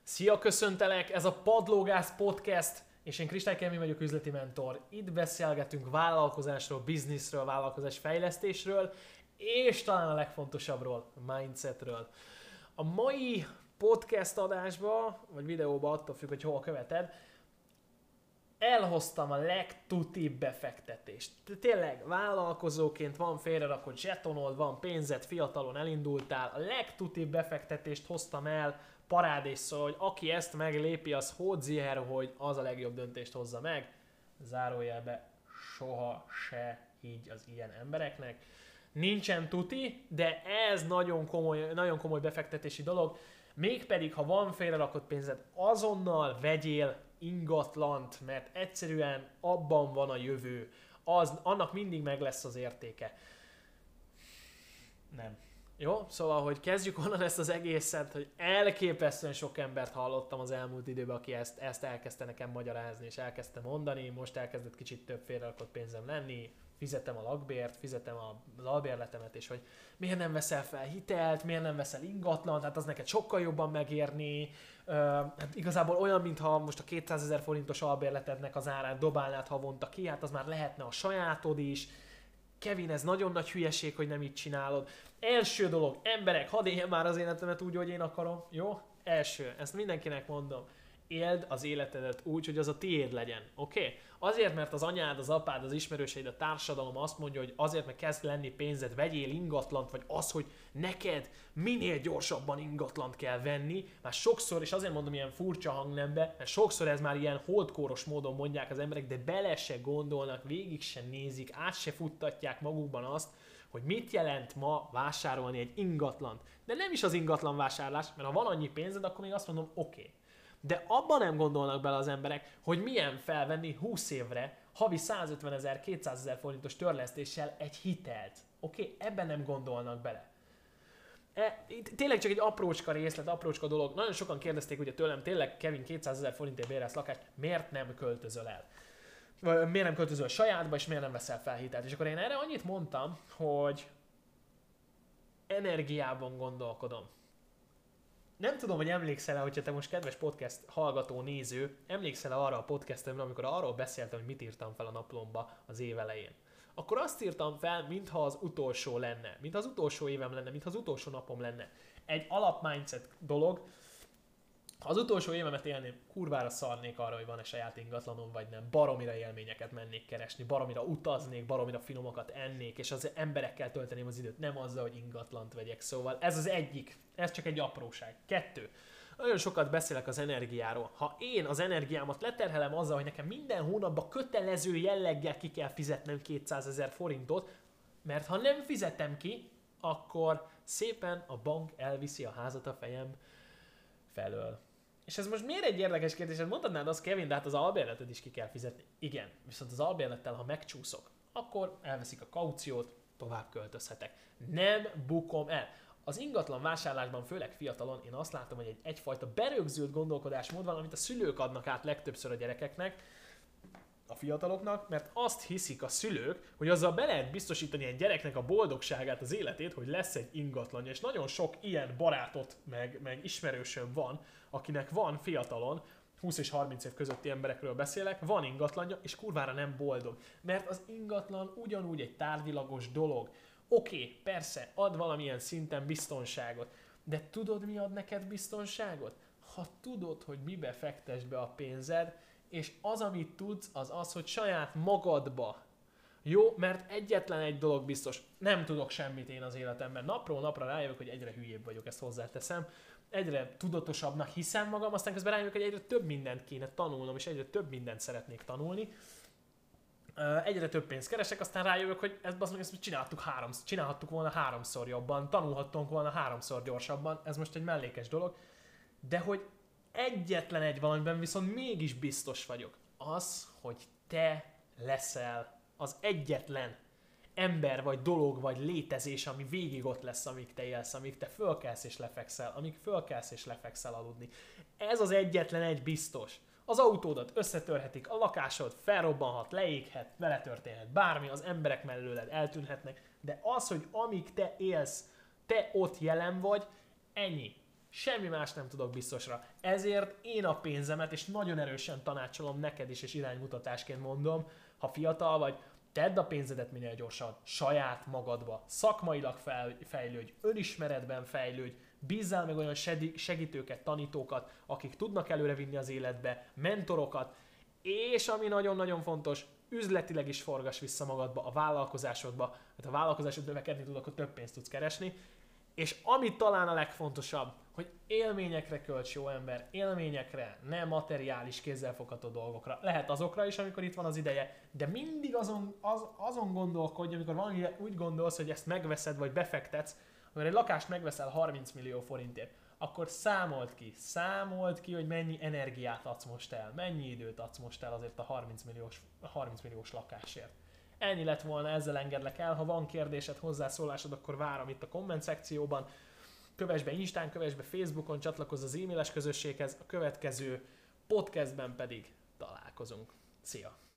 Szia, köszöntelek! Ez a Padlógász Podcast, és én Kristály Kemi vagyok, üzleti mentor. Itt beszélgetünk vállalkozásról, bizniszről, vállalkozás fejlesztésről, és talán a legfontosabbról, a mindsetről. A mai podcast adásba, vagy videóba, attól függ, hogy hol követed, elhoztam a legtutibb befektetést. Tényleg, vállalkozóként van félrerakott zsetonod, van pénzed, fiatalon elindultál, a legtutibb befektetést hoztam el, parádés szó, hogy aki ezt meglépi, az hódziher, hogy az a legjobb döntést hozza meg. Zárójelbe soha se így az ilyen embereknek. Nincsen tuti, de ez nagyon komoly befektetési dolog. Mégpedig, ha van félrerakott pénzed, azonnal vegyél ingatlant, mert egyszerűen abban van a jövő. Annak mindig meg lesz az értéke. Nem. Jó? Szóval, hogy kezdjük onnan ezt az egészet, hogy elképesztően sok embert hallottam az elmúlt időben, aki ezt elkezdte nekem magyarázni, és elkezdte mondani, most elkezdett kicsit több félrerakott pénzem lenni, fizetem a lakbért, fizetem az albérletemet, és hogy miért nem veszel fel hitelt, miért nem veszel ingatlant, hát az neked sokkal jobban megérni. Hát igazából olyan, mintha most a 200 000 forintos albérletednek az árát dobálnád havonta ki, hát az már lehetne a sajátod is. Kevin, ez nagyon nagy hülyeség, hogy nem így csinálod. Első dolog, emberek, hadd éljem már az életemet úgy, hogy én akarom, jó? Első, ezt mindenkinek mondom. Éld az életedet úgy, hogy az a tiéd legyen, oké? Azért, mert az anyád, az apád, az ismerőseid, a társadalom azt mondja, hogy azért, mert kezd lenni pénzed, vegyél ingatlant, vagy az, hogy neked minél gyorsabban ingatlant kell venni, már sokszor, és azért mondom ilyen furcsa hangnembe, mert sokszor ez már ilyen holdkóros módon mondják az emberek, de bele se gondolnak, végig se nézik, át se futtatják magukban azt, hogy mit jelent ma vásárolni egy ingatlant. De nem is az ingatlan vásárlás, mert ha van annyi pénzed, akkor még azt mondom, oké. De abban nem gondolnak bele az emberek, hogy milyen felvenni 20 évre havi 150 000, 200 000 forintos törlesztéssel egy hitelt. Oké? Ebben nem gondolnak bele. Tényleg csak egy aprócska részlet, aprócska dolog. Nagyon sokan kérdezték ugye tőlem, tényleg Kevin 200 000 forintért bérelsz lakást, miért nem költözöl el? Vagy miért nem költözöl sajátba, és miért nem veszel fel hitelt? És akkor én erre annyit mondtam, hogy energiában gondolkodom. Nem tudom, hogy emlékszel-e, hogyha te most kedves podcast hallgató, néző, emlékszel-e arra a podcastemre, amikor arról beszéltem, hogy mit írtam fel a naplomba az év elején. Akkor azt írtam fel, mintha az utolsó lenne, mintha az utolsó évem lenne, mintha az utolsó napom lenne. Egy alap-mindset dolog. Ha az utolsó évemet élném, kurvára szarnék arra, hogy van-e saját ingatlanom, vagy nem. Baromira élményeket mennék keresni, baromira utaznék, baromira finomakat ennék, és az emberekkel tölteném az időt, nem azzal, hogy ingatlant vegyek. Szóval ez az egyik, ez csak egy apróság. 2. Nagyon sokat beszélek az energiáról. Ha én az energiámat leterhelem azzal, hogy nekem minden hónapban kötelező jelleggel ki kell fizetnem 200 000 forintot, mert ha nem fizetem ki, akkor szépen a bank elviszi a házat a fejem felől. És ez most miért egy érdekes kérdés? Mondhatnád azt, Kevin, de hát az albérletet is ki kell fizetni. Igen, viszont az albérlettel, ha megcsúszok, akkor elveszik a kauciót, tovább költözhetek. Nem bukom el. Az ingatlan vásárlásban, főleg fiatalon, én azt látom, hogy egyfajta berögzült gondolkodásmód van, amit a szülők adnak át legtöbbször a gyerekeknek, a fiataloknak, mert azt hiszik a szülők, hogy azzal be lehet biztosítani egy gyereknek a boldogságát, az életét, hogy lesz egy ingatlanja, és nagyon sok ilyen barátot, meg ismerősöm van, akinek van fiatalon, 20 és 30 év közötti emberekről beszélek, van ingatlanja, és kurvára nem boldog. Mert az ingatlan ugyanúgy egy tárgyilagos dolog. Oké, persze, ad valamilyen szinten biztonságot, de tudod, mi ad neked biztonságot? Ha tudod, hogy mibe fektesd be a pénzed, és az, amit tudsz, az az, hogy saját magadba. Jó, mert egyetlen egy dolog biztos, nem tudok semmit én az életemben. Napról napra rájövök, hogy egyre hülyébb vagyok, ezt hozzáteszem. Egyre tudatosabbnak hiszem magam, aztán közben rájövök, hogy egyre több mindent kéne tanulnom, és egyre több mindent szeretnék tanulni. Egyre több pénzt keresek, aztán rájövök, hogy ezt csinálhattuk volna 3-szor jobban, tanulhattunk volna 3-szor gyorsabban, ez most egy mellékes dolog, de hogy egyetlen egy valamiben viszont mégis biztos vagyok. Az, hogy te leszel az egyetlen ember, vagy dolog, vagy létezés, ami végig ott lesz, amíg te élsz, amíg te fölkelsz és lefekszel, amíg fölkelsz és lefekszel aludni. Ez az egyetlen egy biztos. Az autódat összetörhetik, a lakásod felrobbanhat, leéghet, vele történhet bármi, az emberek mellőled eltűnhetnek, de az, hogy amíg te élsz, te ott jelen vagy, ennyi. Semmi más nem tudok biztosra. Ezért én a pénzemet, és nagyon erősen tanácsolom neked is, és iránymutatásként mondom, ha fiatal vagy, tedd a pénzedet minél gyorsabban saját magadba. Szakmailag fejlődj, önismeretben fejlődj, bízzál meg olyan segítőket, tanítókat, akik tudnak előrevinni az életbe, mentorokat, és ami nagyon-nagyon fontos, üzletileg is forgass vissza magadba, a vállalkozásodba, mert ha a vállalkozásod növekedni tud, akkor több pénzt tudsz keresni. És ami talán a legfontosabb, hogy élményekre költs, jó ember, élményekre, nem materiális, kézzelfogható dolgokra. Lehet azokra is, amikor itt van az ideje, de mindig azon gondolkodj, amikor valami úgy gondolsz, hogy ezt megveszed vagy befektetsz, amikor egy lakást megveszel 30 millió forintért, akkor számold ki, hogy mennyi energiát adsz most el, mennyi időt adsz most el azért a 30 milliós lakásért. Ennyi lett volna, ezzel engedlek el. Ha van kérdésed, hozzászólásod, akkor várom itt a komment szekcióban. Kövess be Instán, kövess be Facebookon, csatlakozz az e-mailes közösséghez, a következő podcastben pedig találkozunk. Szia!